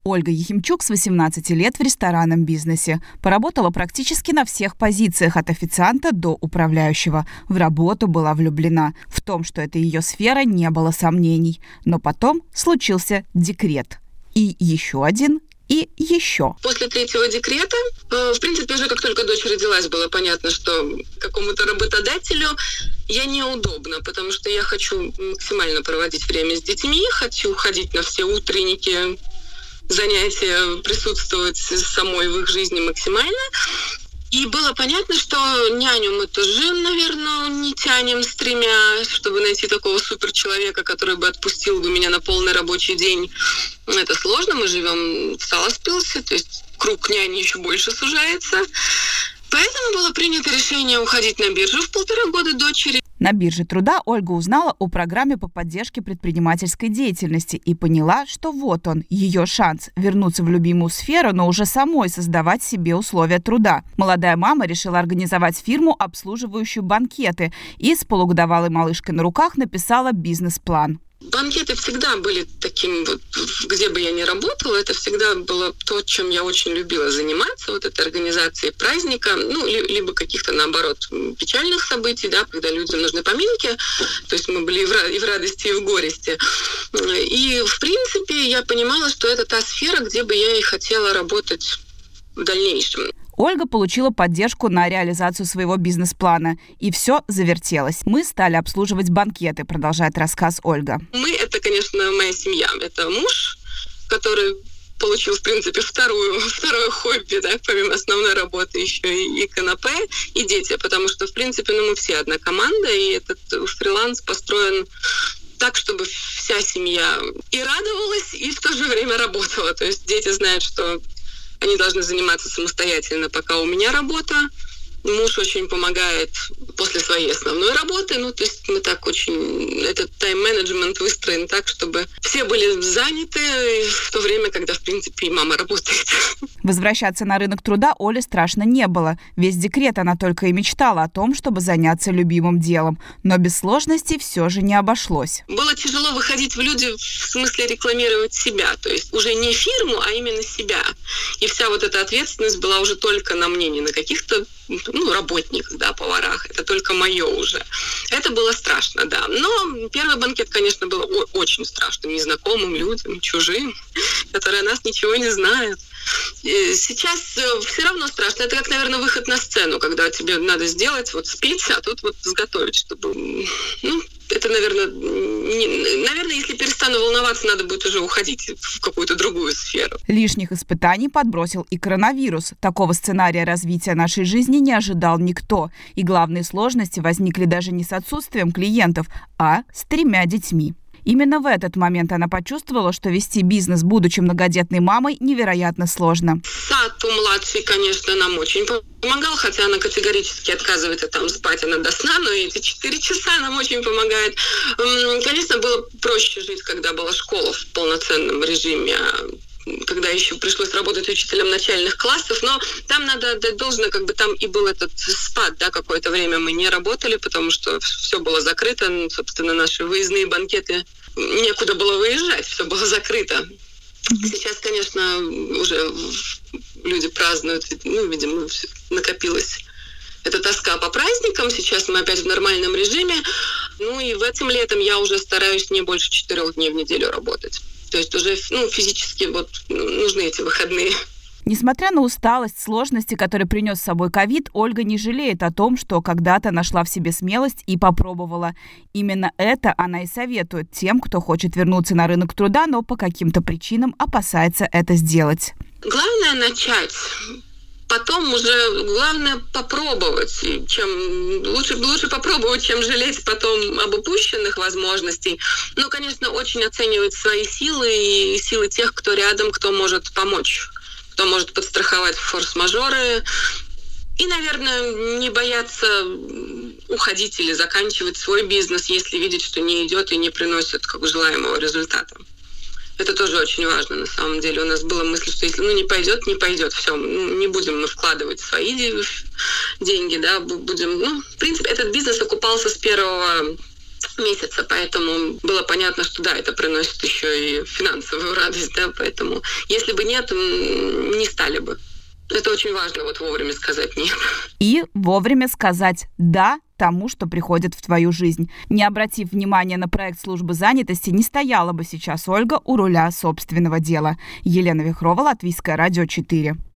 Ольга Ехимчук с 18 лет в ресторанном бизнесе. Поработала практически на всех позициях, от официанта до управляющего. В работу была влюблена. В том, что это ее сфера, не было сомнений. Но потом случился декрет. И еще один, и еще. После третьего декрета, в принципе, уже как только дочь родилась, было понятно, что какому-то работодателю я неудобна, потому что я хочу максимально проводить время с детьми, хочу ходить на все утренники, занятия, присутствовать самой в их жизни максимально. И было понятно, что няню мы тоже, наверное, не тянем с тремя, чтобы найти такого суперчеловека, который бы отпустил бы меня на полный рабочий день. Это сложно, мы живем в Саласпилсе, то есть круг няни еще больше сужается. Поэтому было принято решение уходить на биржу в 1,5 года дочери. На бирже труда Ольга узнала о программе по поддержке предпринимательской деятельности и поняла, что вот он, ее шанс вернуться в любимую сферу, но уже самой создавать себе условия труда. Молодая мама решила организовать фирму, обслуживающую банкеты, и с полугодовалой малышкой на руках написала бизнес-план. Банкеты всегда были таким, вот, где бы я ни работала, это всегда было то, чем я очень любила заниматься, вот этой организацией праздника, либо каких-то, наоборот, печальных событий, да, когда людям нужны поминки, то есть мы были и в радости, и в горести. И, в принципе, я понимала, что это та сфера, где бы я и хотела работать в дальнейшем. Ольга получила поддержку на реализацию своего бизнес-плана. И все завертелось. Мы стали обслуживать банкеты, продолжает рассказ Ольга. Мы — это, конечно, моя семья. Это муж, который получил, в принципе, второе хобби, да, помимо основной работы, еще и канапе, и дети. Потому что, в принципе, мы все одна команда, и этот фриланс построен так, чтобы вся семья и радовалась, и в то же время работала. То есть дети знают, что они должны заниматься самостоятельно, пока у меня работа. Муж очень помогает после своей основной работы. То есть мы так очень... Этот тайм-менеджмент выстроен так, чтобы все были заняты в то время, когда, в принципе, и мама работает. Возвращаться на рынок труда Оле страшно не было. Весь декрет она только и мечтала о том, чтобы заняться любимым делом. Но без сложностей все же не обошлось. Было тяжело выходить в люди в смысле рекламировать себя. То есть уже не фирму, а именно себя. И вся вот эта ответственность была уже только на мне, не на каких-то работниках, да, поварах. Это только мое уже. Это было страшно, да. Но первый банкет, конечно, был очень страшным. Незнакомым людям, чужим, которые о нас ничего не знают. И сейчас все равно страшно. Это как, наверное, выход на сцену, когда тебе надо сделать, спеть, а тут сготовить, чтобы... это, наверное, если перестану волноваться, надо будет уже уходить в какую-то другую сферу. Лишних испытаний подбросил и коронавирус. Такого сценария развития нашей жизни не ожидал никто. И главные сложности возникли даже не с отсутствием клиентов, а с 3 детьми. Именно в этот момент она почувствовала, что вести бизнес, будучи многодетной мамой, невероятно сложно. Сату-младший, конечно, нам очень помогал, хотя она категорически отказывается спать она до сна, но эти 4 часа нам очень помогает. Конечно, было проще жить, когда была школа в полноценном режиме, когда еще пришлось работать учителем начальных классов, но там надо отдать должное, там и был этот спад, да, какое-то время мы не работали, потому что все было закрыто, собственно, наши выездные банкеты, некуда было выезжать, все было закрыто. Сейчас, конечно, уже люди празднуют, видимо, накопилась эта тоска по праздникам, сейчас мы опять в нормальном режиме, и этим летом я уже стараюсь не больше 4 дней в неделю работать. То есть уже физически нужны эти выходные. Несмотря на усталость, сложности, которые принес с собой ковид, Ольга не жалеет о том, что когда-то нашла в себе смелость и попробовала. Именно это она и советует тем, кто хочет вернуться на рынок труда, но по каким-то причинам опасается это сделать. Главное начать. Потом уже главное попробовать. Чем лучше попробовать, чем жалеть потом об упущенных возможностей. Но, конечно, очень оценивать свои силы и силы тех, кто рядом, кто может помочь, кто может подстраховать форс-мажоры. И, наверное, не бояться уходить или заканчивать свой бизнес, если видеть, что не идет и не приносит желаемого результата. Это тоже очень важно, на самом деле. У нас была мысль, что если не пойдет, все, не будем мы вкладывать свои деньги, да, будем... в принципе, этот бизнес окупался с первого месяца, поэтому было понятно, что да, это приносит еще и финансовую радость, да, поэтому если бы нет, не стали бы. Это очень важно, вот вовремя сказать «нет». И вовремя сказать «да» тому, что приходит в твою жизнь. Не обратив внимания на проект службы занятости, не стояла бы сейчас Ольга у руля собственного дела. Елена Вихрова, Латвийское радио 4.